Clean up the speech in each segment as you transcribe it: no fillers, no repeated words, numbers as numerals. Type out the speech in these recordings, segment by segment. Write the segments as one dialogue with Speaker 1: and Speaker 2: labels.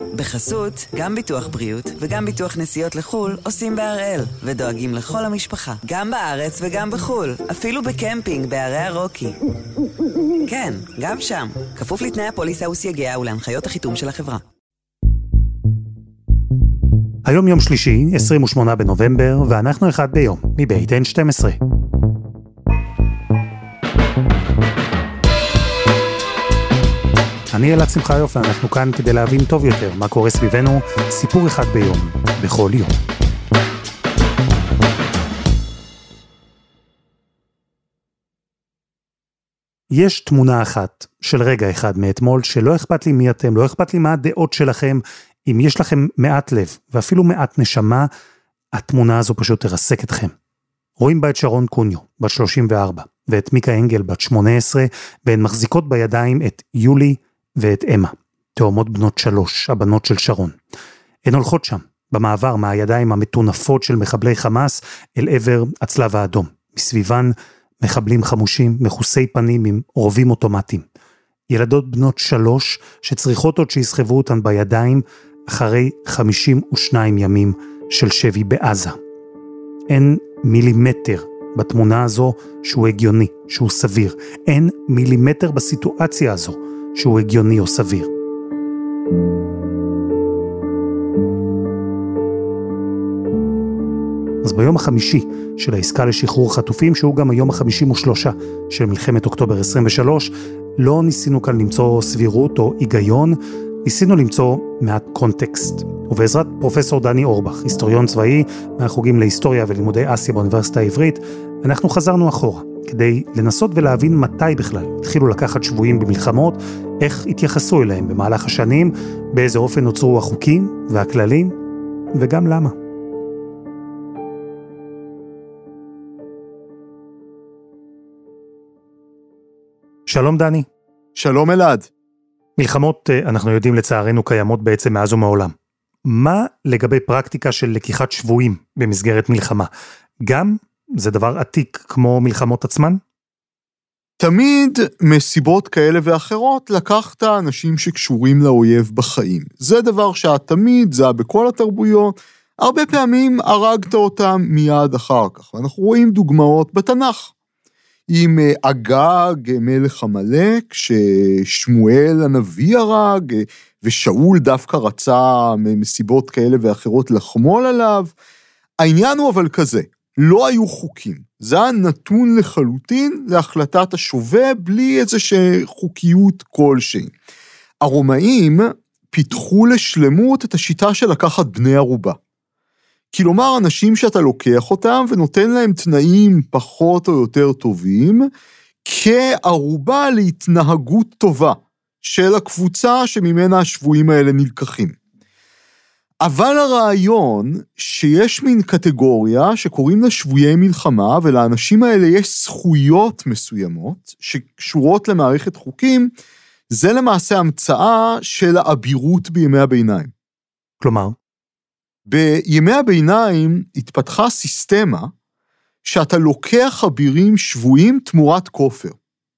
Speaker 1: בחסות, גם ביטוח בריאות וגם ביטוח נסיעות לחול עושים בהראל, ודואגים לכל המשפחה, גם בארץ וגם בחול, אפילו בקמפינג בערי הרוקי. כן, גם שם, כפוף לתנאי הפוליסה וסייגיה ולהנחיות החיתום של החברה.
Speaker 2: היום יום שלישי, 28 בנובמבר, ואנחנו אחד ביום, מבית N12. אני אלעד שמחיוף, ואנחנו כאן כדי להבין טוב יותר מה קורה סביבנו, סיפור אחד ביום, בכל יום. יש תמונה אחת של רגע אחד מאתמול, שלא אכפת לי מי אתם, לא אכפת לי מה הדעות שלכם, אם יש לכם מעט לב, ואפילו מעט נשמה, התמונה הזו פשוט תרסק אתכם. רואים בה את שרון קוניו, בת 34, ואת מיקה אנגל, בת 18, והן מחזיקות בידיים את יולי ואת אמה, תאומות בנות 3, הבנות של שרון. הן הולכות שם, במעבר מהידיים המטונפות של מחבלי חמאס, אל עבר הצלב האדום. מסביבן מחבלים חמושים, מחוסי פנים עם רובים אוטומטיים. ילדות בנות 3 שצריכות עוד שיסחבו אותן בידיים, אחרי 52 ימים של שבי בעזה. אין מילימטר בתמונה הזו שהוא הגיוני, שהוא סביר. אין מילימטר בסיטואציה הזו שהוא הגיוני או סביר. אז ביום החמישי של העסקה לשחרור חטופים, שהוא גם היום ה-53 של מלחמת אוקטובר 23, לא ניסינו כאן למצוא סבירות או היגיון, ניסינו למצוא מעט קונטקסט. ובעזרת פרופסור דני אורבך, היסטוריון צבאי מהחוגים להיסטוריה ולימודי אסיה באוניברסיטה העברית, אנחנו חזרנו אחורה, כדי לנסות ולהבין מתי בכלל התחילו לקחת שבויים במלחמות, איך התייחסו אליהם במהלך השנים, באיזה אופן נוצרו החוקים והכללים, וגם למה. שלום דני.
Speaker 3: שלום אלעד.
Speaker 2: מלחמות, אנחנו יודעים לצערנו, קיימות בעצם מאז ומעולם. מה לגבי פרקטיקה של לקיחת שבויים במסגרת מלחמה? גם זה דבר עתיק כמו מלחמות עצמן?
Speaker 3: תמיד מסיבות כאלה ואחרות לקחת אנשים שקשורים לאויב בחיים. זה דבר שתמיד, זה בכל התרבויות, הרבה פעמים הרגת אותם מיד אחר כך. ואנחנו רואים דוגמאות בתנ"ך. עם אגג מלך עמלק, ששמואל הנביא הרג, ושאול דווקא רצה מסיבות כאלה ואחרות לחמול עליו. העניין הוא אבל כזה, לא היו חוקים. זה היה נתון לחלוטין להחלטת השווה, בלי איזושהי חוקיות כלשהי. הרומאים פיתחו לשלמות את השיטה של לקחת בני ערובה. כלומר, אנשים שאתה לוקח אותם ונותן להם תנאים פחות או יותר טובים, כערובה להתנהגות טובה של הקבוצה שממנה השבויים האלה נלקחים. אבל הרעיון שיש מין קטגוריה שקוראים לה שבויי מלחמה, ולאנשים האלה יש זכויות מסוימות שקשורות למערכת חוקים, זה למעשה המצאה של האבירות בימי הביניים.
Speaker 2: כלומר?
Speaker 3: בימי הביניים התפתחה סיסטמה שאתה לוקח אבירים שבויים תמורת כופר.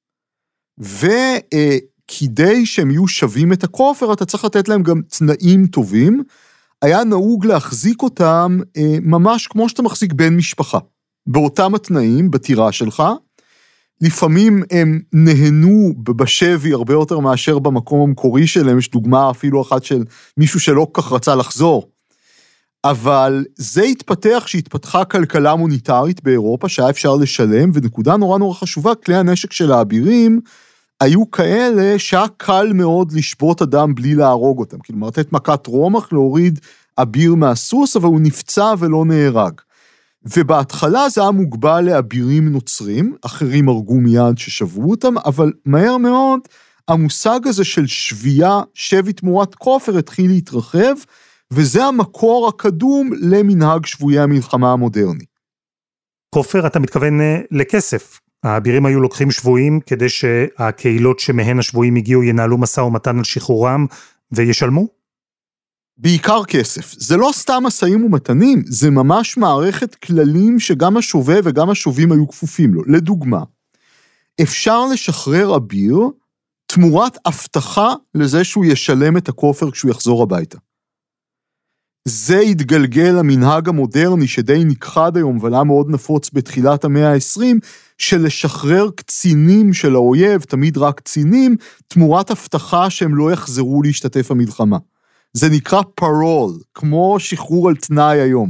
Speaker 3: וכדי שהם יהיו שווים את הכופר, אתה צריך לתת להם גם תנאים טובים. היה נהוג להחזיק אותם ממש כמו שאתה מחזיק בן משפחה. באותם התנאים, בטירה שלך, לפעמים הם נהנו בשבי הרבה יותר מאשר במקום המקורי שלהם. יש דוגמה אפילו אחת של מישהו שלא כך רצה לחזור. אבל זה התפתח שהתפתחה כלכלה מוניטרית באירופה, שהיה אפשר לשלם, ונקודה נורא נורא חשובה, כלי הנשק של האבירים, היו כאלה שהיה קל מאוד לשבות אדם בלי להרוג אותם, כלומר, לתת מכת רומח, להוריד אביר מהסוס, אבל הוא נפצע ולא נהרג. ובהתחלה זה היה מוגבל לאבירים נוצרים, אחרים הרגו מיד ששבו אותם, אבל מהר מאוד, המושג הזה של שבייה, שבי תמורת כופר, התחיל להתרחב, וזה המקור הקדום למנהג שבויי המלחמה המודרני.
Speaker 2: כופר, אתה מתכוון לכסף. האבירים היו לוקחים שבויים כדי שהקהילות שמהן השבויים הגיעו ינהלו משא ומתן על שחרורם וישלמו?
Speaker 3: בעיקר כסף. זה לא סתם משאים ומתנים, זה ממש מערכת כללים שגם השווה וגם השובים היו כפופים לו. לדוגמה, אפשר לשחרר אביר תמורת הבטחה לזה שהוא ישלם את הכופר כשהוא יחזור הביתה. זה התגלגל למנהג המודרני שדי נכחד היום, אבל היה מאוד נפוץ בתחילת המאה ה-20, של לשחרר קצינים של האויב, תמיד רק קצינים, תמורת הבטחה שהם לא יחזרו להשתתף במלחמה. זה נקרא פרול, כמו שחרור על תנאי היום.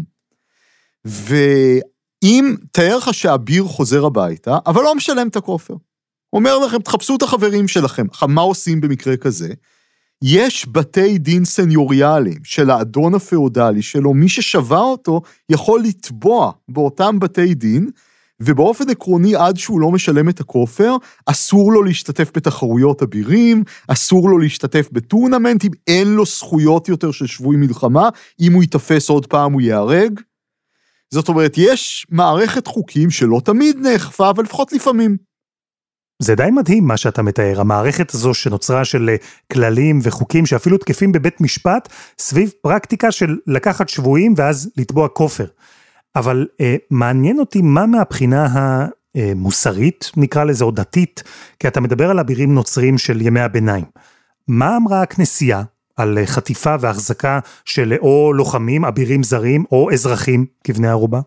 Speaker 3: ואם תאר לך שהאביר חוזר הביתה, אבל לא משלם את הכופר, אומר לכם, תחפשו את החברים שלכם. מה עושים במקרה כזה? יש בתי דין סניוריאליים של האדון הפאודלי שלו, מי ששווה אותו יכול לתבוע באותם בתי דין, ובאופן עקרוני עד שהוא לא משלם את הכופר, אסור לו להשתתף בתחרויות אבירים, אסור לו להשתתף בטורנמנטים, אין לו זכויות יותר של שבוי מלחמה, אם הוא יתפס עוד פעם הוא יהרג. זאת אומרת, יש מערכת חוקים שלא תמיד נאכפה, אבל לפחות לפעמים.
Speaker 2: זה די מדהים מה שאתה מתאר, המערכת הזו שנוצרה של כללים וחוקים שאפילו תקפים בבית משפט, סביב פרקטיקה של לקחת שבויים ואז לתבוע כופר. אבל מעניין אותי מה מהבחינה המוסרית, נקרא לזה או דתית, כי אתה מדבר על אבירים נוצרים של ימי הביניים. מה אמרה הכנסייה על חטיפה והחזקה של או לוחמים, אבירים זרים או אזרחים כבני ערובה?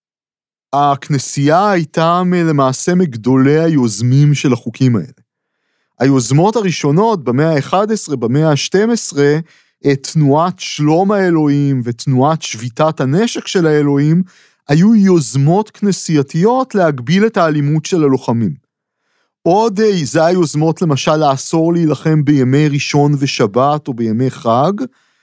Speaker 3: הכנסייה הייתה למעשה מגדולי היוזמים של החוקים האלה. היוזמות הראשונות במאה ה-11, במאה ה-12, תנועת שלום האלוהים ותנועת שביתת הנשק של האלוהים, היו יוזמות כנסייתיות להגביל את האלימות של הלוחמים. עוד זה היוזמות למשל לאסור להילחם בימי ראשון ושבת או בימי חג,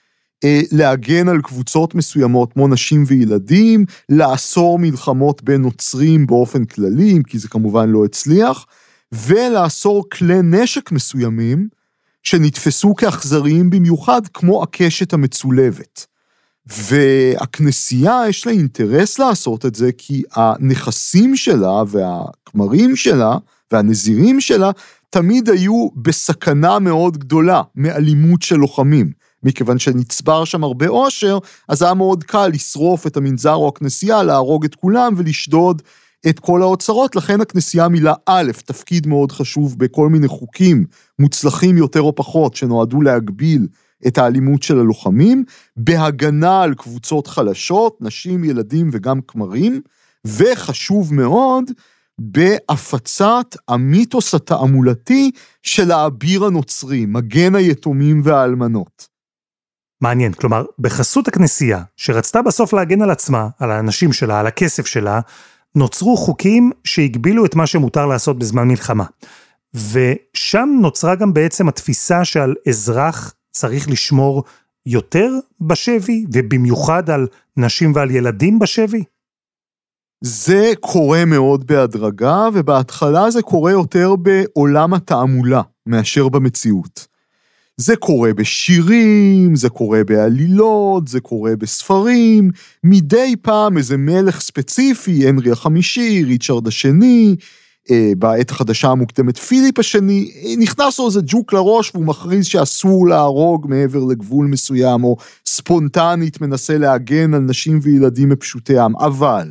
Speaker 3: להגן על קבוצות מסוימות כמו נשים וילדים, לאסור מלחמות בין נוצרים באופן כללי, כי זה כמובן לא הצליח, ולאסור כלי נשק מסוימים, שנתפסו כאכזריים במיוחד, כמו הקשת המצולבת. והכנסייה יש לה אינטרס לעשות את זה, כי הנכסים שלה והכמרים שלה והנזירים שלה, תמיד היו בסכנה מאוד גדולה מאלימות של לוחמים. מכיוון שנצבר שם הרבה עושר, אז היה מאוד קל לשרוף את המנזר או הכנסייה, להרוג את כולם ולשדוד את כל האוצרות, לכן הכנסייה מילה א', תפקיד מאוד חשוב בכל מיני חוקים מוצלחים יותר או פחות, שנועדו להגביל את האלימות של הלוחמים, בהגנה על קבוצות חלשות, נשים, ילדים וגם כמרים, וחשוב מאוד, בהפצת המיתוס התעמולתי של האביר הנוצרי, מגן היתומים והאלמנות.
Speaker 2: מעניין, כלומר, בחסות הכנסייה, שרצתה בסוף להגן על עצמה, על האנשים שלה, על הכסף שלה, נוצרו חוקים שהגבילו את מה שמותר לעשות בזמן מלחמה. ושם נוצרה גם בעצם התפיסה שעל אזרח צריך לשמור יותר בשבי, ובמיוחד על נשים ועל ילדים בשבי?
Speaker 3: זה קורה מאוד בהדרגה, ובהתחלה זה קורה יותר בעולם התעמולה, מאשר במציאות. זה קורה בשירים, זה קורה בעלילות, זה קורה בספרים, מדי פעם איזה מלך ספציפי, הנרי החמישי, ריצ'רד השני, בעת החדשה המוקדמת פיליפ השני, נכנס לו איזה ג'וק לראש, והוא מכריז שאסור להרוג מעבר לגבול מסוים, או ספונטנית מנסה להגן על נשים וילדים מפשוטי עם, אבל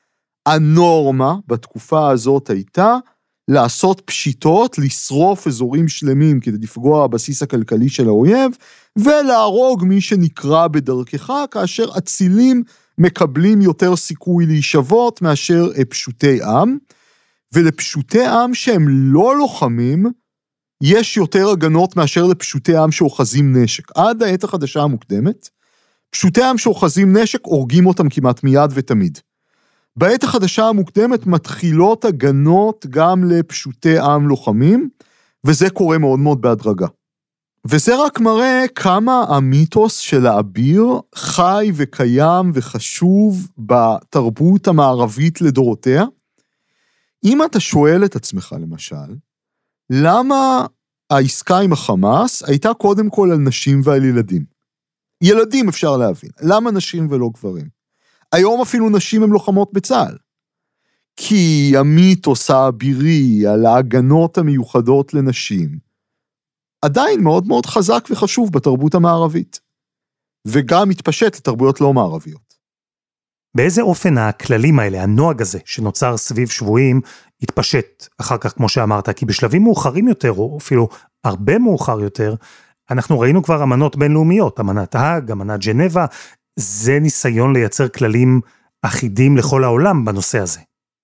Speaker 3: הנורמה בתקופה הזאת הייתה, לעשות פשיטות, לשרוף אזורים שלמים כדי לפגוע בבסיס הכלכלי של האויב, ולהרוג מי שנקרא בדרכך, כאשר אצילים מקבלים יותר סיכוי להישבות מאשר פשוטי עם, ולפשוטי עם שהם לא לוחמים, יש יותר הגנות מאשר לפשוטי עם שאוחזים נשק. עד העת החדשה המוקדמת, פשוטי עם שאוחזים נשק, הורגים אותם כמעט מיד ותמיד. בעת החדשה המוקדמת מתחילות הגנות גם לפשוטי עם לוחמים, וזה קורה מאוד מאוד בהדרגה. וזה רק מראה כמה המיתוס של האביר חי וקיים וחשוב בתרבות המערבית לדורותיה. אם אתה שואל את עצמך למשל, למה העסקה עם החמאס הייתה קודם כל על נשים ועל ילדים? ילדים אפשר להבין, למה נשים ולא גברים? היום אפילו נשים הן לוחמות בצה"ל. כי המיתוס האבירי על ההגנות המיוחדות לנשים, עדיין מאוד מאוד חזק וחשוב בתרבות המערבית. וגם מתפשט לתרבויות לא מערביות.
Speaker 2: באיזה אופן הכללים האלה, הנוהג הזה שנוצר סביב שבויים, התפשט אחר כך כמו שאמרת, כי בשלבים מאוחרים יותר, או אפילו הרבה מאוחר יותר, אנחנו ראינו כבר אמנות בינלאומיות, אמנת האג, אמנת ג'נבה, זה ניסיון לייצר כללים אחידים לכל העולם בנושא הזה.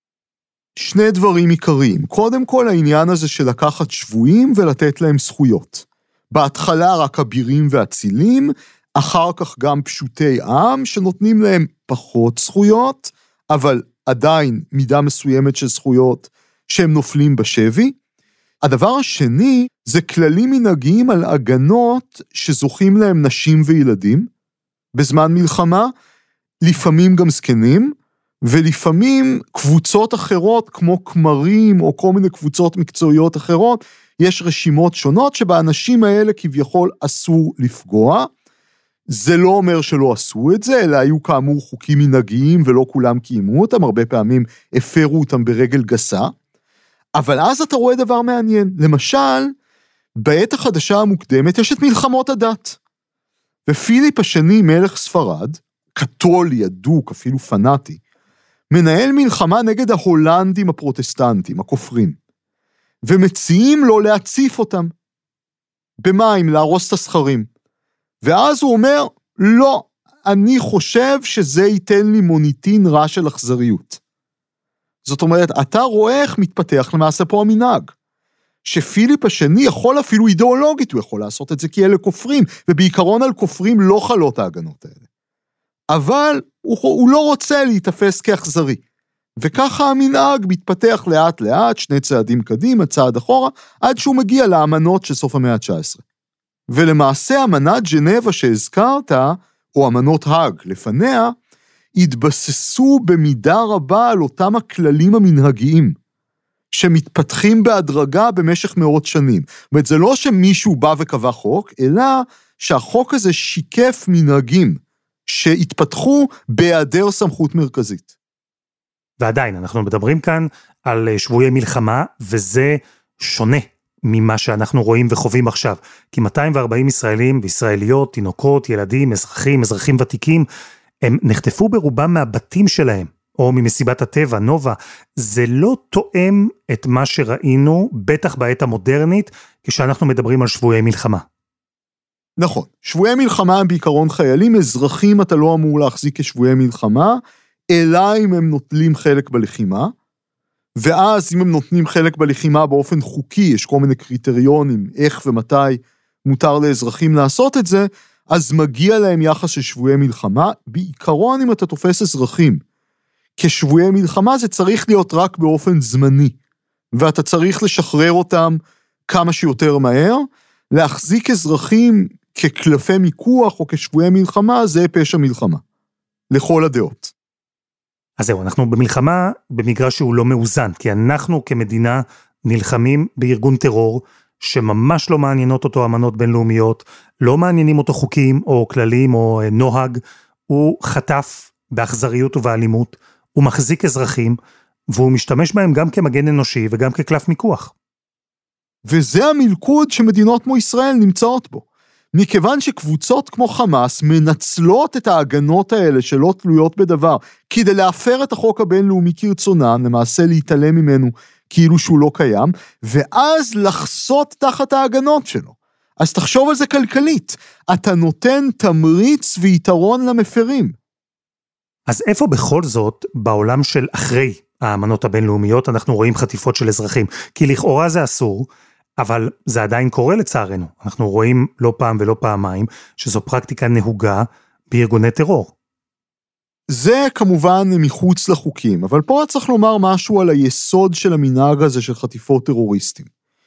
Speaker 3: שני דברים עיקריים. קודם כל העניין הזה של לקחת שבויים ולתת להם זכויות. בהתחלה רק אבירים ואצילים, אחר כך גם פשוטי עם שנותנים להם פחות זכויות, אבל עדיין מידה מסוימת של זכויות שהם נופלים בשבי. הדבר השני זה כללים מנהגיים על הגנות שזוכים להם נשים וילדים, בזמן מלחמה, לפעמים גם זקנים, ולפעמים קבוצות אחרות כמו כמרים או כל מיני קבוצות מקצועיות אחרות, יש רשימות שונות שבאנשים האלה כביכול אסור לפגוע, זה לא אומר שלא עשו את זה, אלא היו כאמור חוקים מנהגיים ולא כולם קיימו אותם, הרבה פעמים הפרו אותם ברגל גסה, אבל אז אתה רואה דבר מעניין, למשל, בעת החדשה המוקדמת יש את מלחמות הדת, ופיליפ השני מלך ספרד, קתולי, אדוק, אפילו פנאטי, מנהל מלחמה נגד ההולנדים הפרוטסטנטים, הכופרים, ומציעים לו להציף אותם, במים, להרוס את הסכרים, ואז הוא אומר, לא, אני חושב שזה ייתן לי מוניטין רע של אכזריות. זאת אומרת, אתה רואה איך מתפתח למעשה פה המנהג, שפיליפ השני יכול אפילו אידיאולוגית, הוא יכול לעשות את זה כי אלה כופרים, ובעיקרון על כופרים לא חלות ההגנות האלה. אבל הוא לא רוצה להתאפס כאכזרי. וככה המנהג מתפתח לאט לאט, שני צעדים קדימה, צעד אחורה, עד שהוא מגיע לאמנות של סוף המאה ה-19. ולמעשה אמנת ג'נבה שהזכרת, או אמנות האג לפניה, התבססו במידה רבה על אותם הכללים המנהגיים, שמתפתחים בהדרגה במשך מאות שנים. זאת אומרת, זה לא שמישהו בא וקבע חוק, אלא שהחוק הזה שיקף מנהגים, שהתפתחו בהיעדר סמכות מרכזית.
Speaker 2: ועדיין, אנחנו מדברים כאן על שבויי מלחמה, וזה שונה ממה שאנחנו רואים וחווים עכשיו. כי 240 ישראלים וישראליות, תינוקות, ילדים, אזרחים ותיקים, הם נחטפו ברובם מהבתים שלהם, או ממסיבת הטבע, נובה. זה לא תואם את מה שראינו, בטח בעת המודרנית, כשאנחנו מדברים על שבויי מלחמה.
Speaker 3: נכון, שבויי מלחמה הם בעיקרון חיילים, אזרחים אתה לא אמור להחזיק כשבויי מלחמה, אלא אם הם נוטלים חלק בלחימה, ואז אם הם נותנים חלק בלחימה באופן חוקי, יש כל מיני קריטריונים, איך ומתי מותר לאזרחים לעשות את זה, אז מגיע להם יחס של שבויי מלחמה, בעיקרון אם אתה תופס אזרחים, כשבויי מלחמה זה צריך להיות רק באופן זמני, ואתה צריך לשחרר אותם כמה שיותר מהר, להחזיק אזרחים כקלפי מיקוח או כשבויי מלחמה, זה פשע מלחמה, לכל הדעות.
Speaker 2: אז זהו, אנחנו במלחמה במגרש שהוא לא מאוזן, כי אנחנו כמדינה נלחמים בארגון טרור, שממש לא מעניינות אותו אמנות בינלאומיות, לא מעניינים אותו חוקים או כללים או נוהג, הוא חטף באכזריות ובאלימות, הוא מחזיק אזרחים, והוא משתמש בהם גם כמגן אנושי וגם כקלף מיקוח.
Speaker 3: וזה המלכוד שמדינות כמו ישראל נמצאות בו. מכיוון שקבוצות כמו חמאס מנצלות את ההגנות האלה שלא תלויות בדבר, כדי להפר את החוק הבינלאומי כרצונן, למעשה להתעלם ממנו כאילו שהוא לא קיים, ואז לחסות תחת ההגנות שלו. אז תחשוב על זה כלכלית, אתה נותן תמריץ ויתרון למפרים.
Speaker 2: אז איפה בכל זאת, בעולם של אחרי האמנות הבינלאומיות, אנחנו רואים חטיפות של אזרחים? כי לכאורה זה אסור, אבל זה עדיין קורה לצערנו. אנחנו רואים לא פעם ולא פעמיים, שזו פרקטיקה נהוגה בארגוני טרור.
Speaker 3: זה כמובן מחוץ לחוקים, אבל פה צריך לומר משהו על היסוד של המנהג הזה של חטיפות טרוריסטים.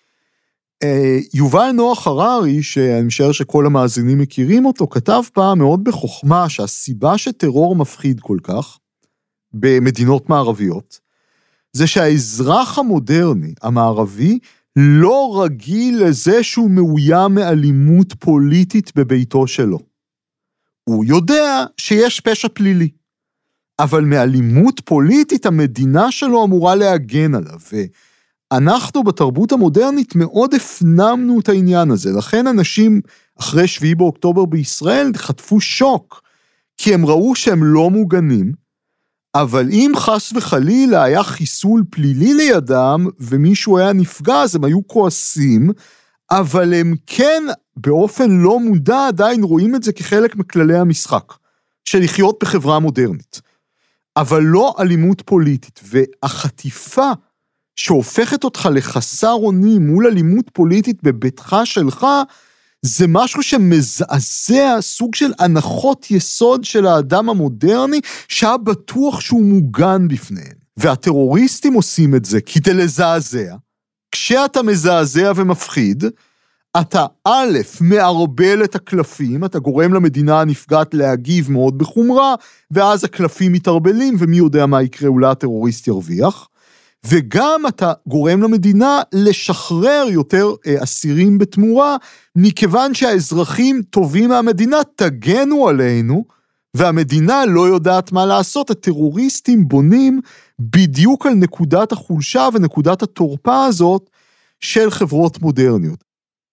Speaker 3: יובל נוח הררי, שאני משער שכל המאזינים מכירים אותו, כתב פעם מאוד בחוכמה שהסיבה שטרור מפחיד כל כך, במדינות מערביות, זה שהאזרח המודרני, המערבי, לא רגיל לזה שהוא מאוים מאלימות פוליטית בביתו שלו. הוא יודע שיש פשע פלילי, אבל מאלימות פוליטית המדינה שלו אמורה להגן עליו, ואנחנו בתרבות המודרנית מאוד הפנמנו את העניין הזה, לכן אנשים אחרי 7 באוקטובר בישראל חטפו שוק, כי הם ראו שהם לא מוגנים, אבל אם חס וחלילה היה חיסול פלילי לידם, ומישהו היה נפגע, אז הם היו כועסים, אבל הם כן, באופן לא מודע, עדיין רואים את זה כחלק מכללי המשחק, של לחיות בחברה מודרנית. אבל לא אלימות פוליטית, והחטיפה שהופכת אותך לחסר אונים מול אלימות פוליטית בביתך שלך, זה משהו שמזעזע סוג של הנחות יסוד של האדם המודרני, שהיה בטוח שהוא מוגן בפניהם. והטרוריסטים עושים את זה כדי לזעזע. כשאתה מזעזע ומפחיד, אתה א', מערבל את הקלפים, אתה גורם למדינה הנפגעת להגיב מאוד בחומרה, ואז הקלפים מתערבלים, ומי יודע מה יקרה, אולי הטרוריסט ירוויח, וגם אתה גורם למדינה לשחרר יותר אסירים בתמורה, מכיוון שהאזרחים טובים מהמדינה, תגנו עלינו, והמדינה לא יודעת מה לעשות, הטרוריסטים בונים בדיוק על נקודת החולשה ונקודת התורפה הזאת של חברות מודרניות.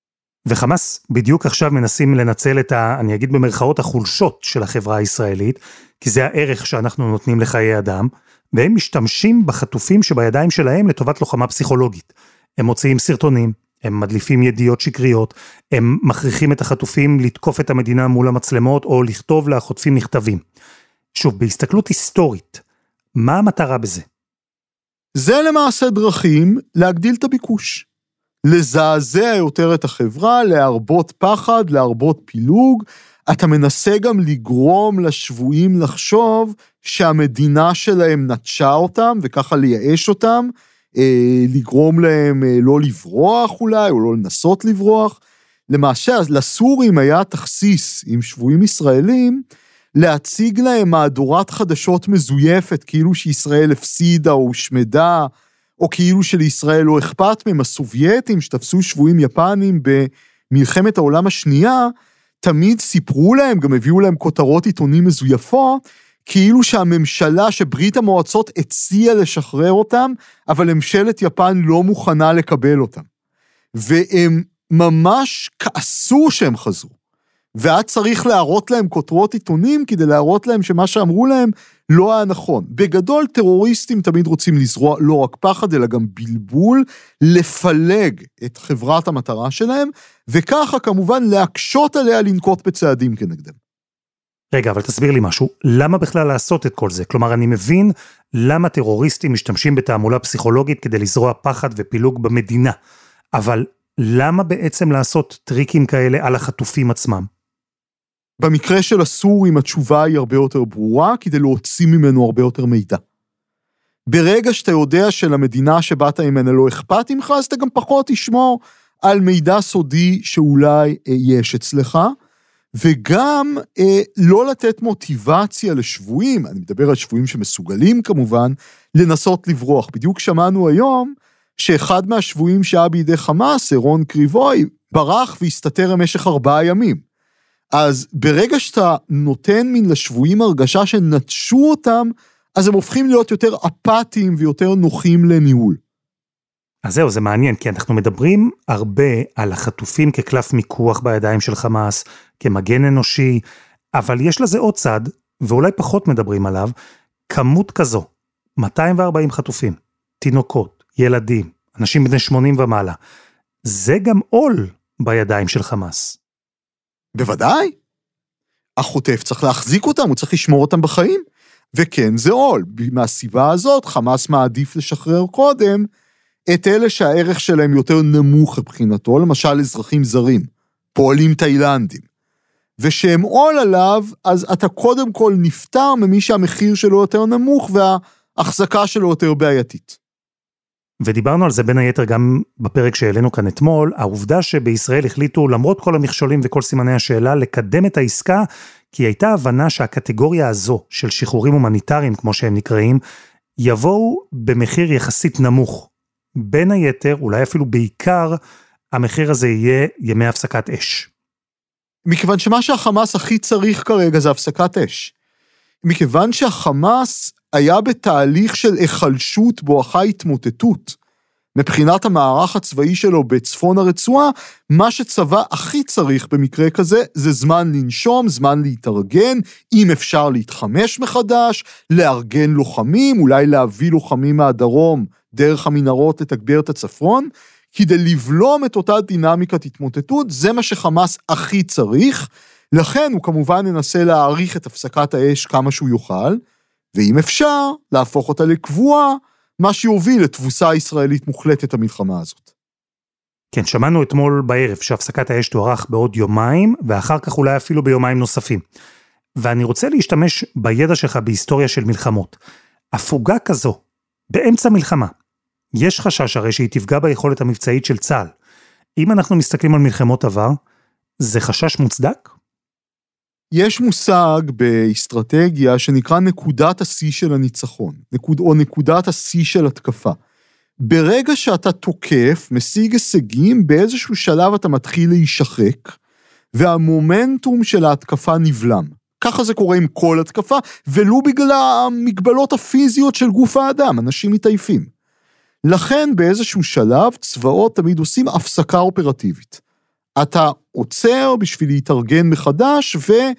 Speaker 2: וחמאס בדיוק עכשיו מנסים לנצל את אני אגיד במרכאות החולשות של החברה הישראלית, כי זה הערך שאנחנו נותנים לחיי אדם, והם משתמשים בחטופים שבידיים שלהם לטובת לוחמה פסיכולוגית. הם מוציאים סרטונים, הם מדליפים ידיעות שקריות, הם מכריחים את החטופים לתקוף את המדינה מול המצלמות, או לכתוב לחוטפים מכתבים. שוב, בהסתכלות היסטורית, מה המטרה בזה?
Speaker 3: זה למעשה דרכים להגדיל את הביקוש. לזעזע יותר את החברה, להרבות פחד, להרבות פילוג. אתה מנסה גם לגרום לשבויים לחשוב שהמדינה שלהם נטשה אותם, וככה לייאש אותם, לגרום להם לא לברוח אולי, או לא לנסות לברוח. למעשה, לסורים היה תכסיס עם שבויים ישראלים, להציג להם מהדורת חדשות מזויפת, כאילו שישראל הפסידה או הושמדה, או כאילו שלישראל לא אכפת מהם. הסובייטים שתפסו שבויים יפנים במלחמת העולם השנייה, תמיד סיפרו להם, גם הביאו להם כותרות עיתונים מזויפות, כאילו שהממשלה שברית המועצות הציעה לשחרר אותם, אבל ממשלת יפן לא מוכנה לקבל אותם. והם ממש כעסו שהם חזרו. ואת צריך להראות להם כותרות עיתונים, כדי להראות להם שמה שאמרו להם לא היה נכון. בגדול, טרוריסטים תמיד רוצים לזרוע לא רק פחד, אלא גם בלבול, לפלג את חברת המטרה שלהם, וככה כמובן להקשות עליה לנקוט בצעדים כנגדם.
Speaker 2: רגע, אבל תסביר לי משהו, למה בכלל לעשות את כל זה? כלומר, אני מבין למה טרוריסטים משתמשים בתעמולה פסיכולוגית כדי לזרוע פחד ופילוג במדינה, אבל למה בעצם לעשות טריקים כאלה על החטופים עצמם?
Speaker 3: במקרה של הסורים התשובה היא הרבה יותר ברורה, כדי להוציא ממנו הרבה יותר מידע. ברגע שאתה יודע שלמדינה שבאת ממנה לא אכפת ממך, אז אתה גם פחות תשמור על מידע סודי שאולי יש אצלך, וגם לא לתת מוטיבציה לשבויים, אני מדבר על שבויים שמסוגלים כמובן, לנסות לברוח. בדיוק שמענו היום, שאחד מהשבויים שהיה בידי חמאס, רון קריבוי, ברח והסתתר במשך 4 ימים. אז ברגע שאתה נותן מן לשבויים הרגשה שנטשו אותם, אז הם הופכים להיות יותר אפתיים ויותר נוחים לניהול.
Speaker 2: אז זהו, זה מעניין, כי אנחנו מדברים הרבה על החטופים כקלף מיקוח בידיים של חמאס, כמגן אנושי, אבל יש לזה עוד צד, ואולי פחות מדברים עליו, כמות כזו, 240 חטופים, תינוקות, ילדים, אנשים בני 80 ומעלה, זה גם עול בידיים של חמאס.
Speaker 3: בוודאי. החוטף צריך להחזיק אותם, הוא צריך לשמור אותם בחיים, וכן זה עול. מהסיבה הזאת, חמאס מעדיף לשחרר קודם, את אלה שהערך שלהם יותר נמוך מבחינתו, למשל אזרחים זרים, פועלים תאילנדים, ושהם עול עליו, אז אתה קודם כל נפטר ממי שהמחיר שלו יותר נמוך, וההחזקה שלו יותר בעייתית.
Speaker 2: ודיברנו על זה בין היתר גם בפרק שהעלינו כאן אתמול, העובדה שבישראל החליטו, למרות כל המכשולים וכל סימני השאלה, לקדם את העסקה, כי הייתה הבנה שהקטגוריה הזו של שחרורים הומניטריים, כמו שהם נקראים, יבואו במחיר יחסית נמוך. בין היתר, אולי אפילו בעיקר, המחיר הזה יהיה ימי הפסקת אש.
Speaker 3: מכיוון שמה שהחמאס הכי צריך כרגע זה הפסקת אש. מכיוון שהחמאס היה בתהליך של החלשות בואכה התמוטטות, מבחינת המערך הצבאי שלו בצפון הרצועה, מה שצבא הכי צריך במקרה כזה, זה זמן לנשום, זמן להתארגן, אם אפשר להתחמש מחדש, לארגן לוחמים, אולי להביא לוחמים מהדרום, דרך המנהרות לתגבר את הצפון, כדי לבלום את אותה דינמיקת התמוטטות, זה מה שחמאס הכי צריך, לכן הוא כמובן ינסה להאריך את הפסקת האש כמה שהוא יוכל, ואם אפשר, להפוך אותה לקבועה, מה שיוביל לתבוסה ישראלית מוחלטת המלחמה הזאת.
Speaker 2: כן, שמענו אתמול בערב שהפסקת האש תוארך בעוד יומיים, ואחר כך אולי אפילו ביומיים נוספים. ואני רוצה להשתמש בידע שלך בהיסטוריה של מלחמות. הפוגה כזו, באמצע מלחמה, יש חשש הרי שהיא תפגע ביכולת המבצעית של צה"ל. אם אנחנו מסתכלים על מלחמות עבר, זה חשש מוצדק?
Speaker 3: יש מושג באסטרטגיה שנקרא נקודת השיא של הניצחון, או נקודת השיא של התקפה. ברגע שאתה תוקף, משיג הישגים, באיזשהו שלב אתה מתחיל להישחק, והמומנטום של ההתקפה נבלם. ככה זה קורה עם כל התקפה, ולא בגלל המגבלות הפיזיות של גוף האדם, אנשים מתעייפים. לכן באיזשהו שלב, צבאות תמיד עושים הפסקה אופרטיבית. אתה עוצר בשביל להתארגן מחדש,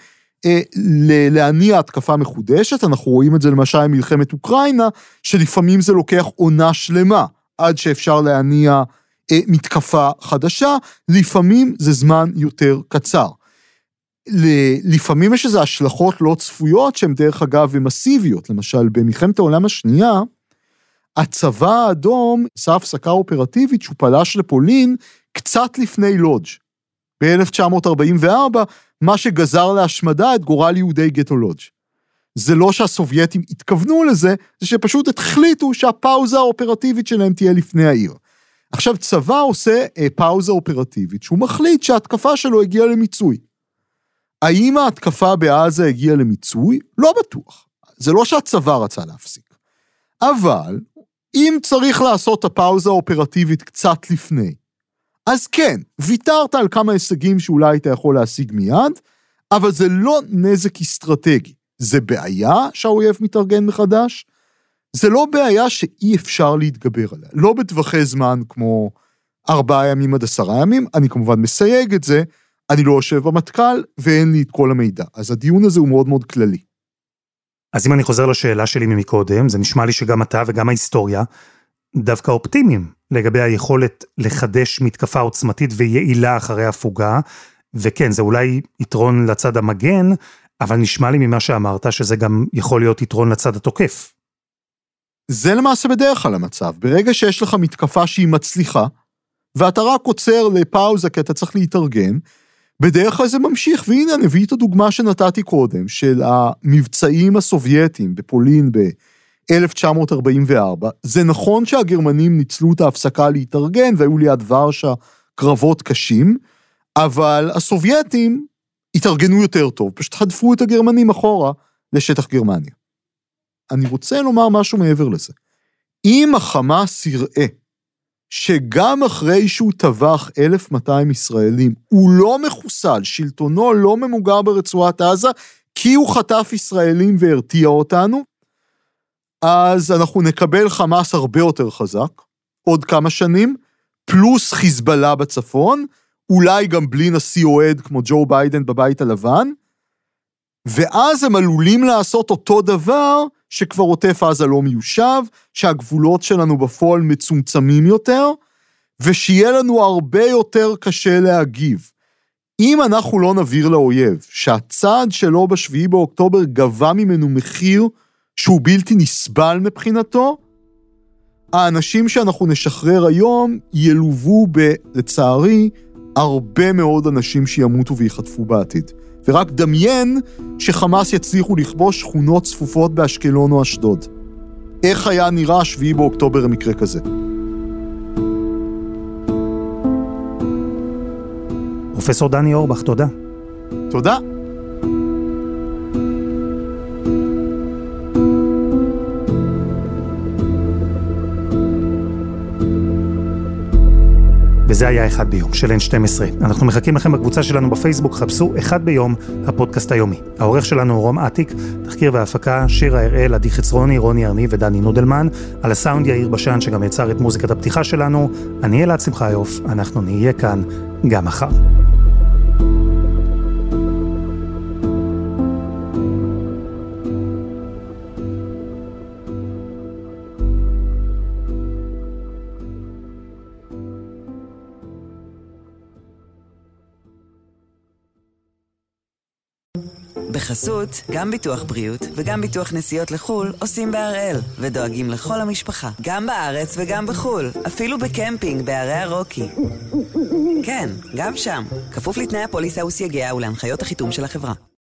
Speaker 3: ולהניע התקפה מחודשת, אנחנו רואים את זה למשל עם מלחמת אוקראינה, שלפעמים זה לוקח עונה שלמה, עד שאפשר להניע מתקפה חדשה, לפעמים זה זמן יותר קצר. לפעמים יש איזה השלכות לא צפויות, שהן דרך אגב מסיביות, למשל במלחמת העולם השנייה, הצבא האדום עשה הפסקה אופרטיבית, שהוא פלש לפולין, קצת לפני לודג' ב-1944, מה שגזר להשמדה את גורל יהודי גטו לודג'. זה לא שהסובייטים התכוונו לזה, זה שפשוט החליטו שהפאוזה האופרטיבית שלהם תהיה לפני העיר. עכשיו צבא עושה פאוזה אופרטיבית, שהוא מחליט שההתקפה שלו הגיעה למיצוי. האם ההתקפה בעזה הגיעה למיצוי? לא בטוח. זה לא שהצבא רצה להפסיק. אבל אם צריך לעשות את הפאוזה האופרטיבית קצת לפני, אז כן, ויתרת על כמה הישגים שאולי אתה יכול להשיג מיד, אבל זה לא נזק אסטרטגי. זה בעיה שהאויב מתארגן מחדש, זה לא בעיה שאי אפשר להתגבר עליה. לא בטווחי זמן כמו 4 ימים עד 10 ימים, אני כמובן מסייג את זה, אני לא יושב במטכ"ל ואין לי את כל המידע. אז הדיון הזה הוא מאוד מאוד כללי.
Speaker 2: אז אם אני חוזר לשאלה שלי ממקודם, זה נשמע לי שגם אתה וגם ההיסטוריה, דווקא אופטימיים לגבי היכולת לחדש מתקפה עוצמתית ויעילה אחרי הפוגה, וכן, זה אולי יתרון לצד המגן, אבל נשמע לי ממה שאמרת שזה גם יכול להיות יתרון לצד התוקף.
Speaker 3: זה למעשה בדרך כלל המצב. ברגע שיש לך מתקפה שהיא מצליחה, ואתה רק עוצר לפאוזה כי אתה צריך להתארגן, בדרך כלל זה ממשיך, והנה נביא את הדוגמה שנתתי קודם, של המבצעים הסובייטיים בפולין ב-1944, זה נכון שהגרמנים ניצלו את ההפסקה להתארגן, והיו ליד ורשה קרבות קשים, אבל הסובייטים התארגנו יותר טוב, פשוט חדפו את הגרמנים אחורה לשטח גרמניה. אני רוצה לומר משהו מעבר לזה. אם החמאס יראה שגם אחרי שהוא טבח 1,200 ישראלים, הוא לא מחוסל, שלטונו לא ממוגר ברצועת עזה, כי הוא חטף ישראלים והרתיע אותנו, אז אנחנו נקבל חמאס הרבה יותר חזק, עוד כמה שנים, פלוס חיזבאללה בצפון, אולי גם בלי נשיא אוהד כמו ג'ו ביידן בבית הלבן, ואז הם עלולים לעשות אותו דבר, שכבר עוטף עזה לא מיושב, שהגבולות שלנו בפועל מצומצמים יותר, ושיהיה לנו הרבה יותר קשה להגיב. אם אנחנו לא נבהיר לאויב, שהצעד שלו ב7 באוקטובר גבה ממנו מחיר, שהוא בלתי נסבל מבחינתו, האנשים שאנחנו נשחרר היום, ילובו לצערי, הרבה מאוד אנשים שימותו ויחטפו בעתיד. ורק דמיין שחמאס יצליחו לכבוש שכונות צפופות באשקלון או אשדוד. איך היה נראה 7 באוקטובר במקרה כזה?
Speaker 2: פרופסור דני אורבך, תודה.
Speaker 3: תודה.
Speaker 2: וזה היה אחד ביום של N12. אנחנו מחכים לכם בקבוצה שלנו בפייסבוק, חפשו אחד ביום, הפודקאסט היומי. העורך שלנו הוא רום עתיק, תחקיר והפקה, שירה הראל, עדי חצרוני, רוני ארני ודני נודלמן, על הסאונד יאיר בשן שגם יצר את מוזיקת הפתיחה שלנו. אני אלעד שמחיוף, אנחנו נהיה כאן גם מחר.
Speaker 1: בחסות, גם ביטוח בריאות וגם ביטוח נסיעות לחול עושים בהראל, ודואגים לכל המשפחה, גם בארץ וגם בחול, אפילו בקמפינג בערי הרוקי. כן, גם שם, כפוף לתנאי הפוליסה וסייגיה ולהנחיות החיתום של החברה.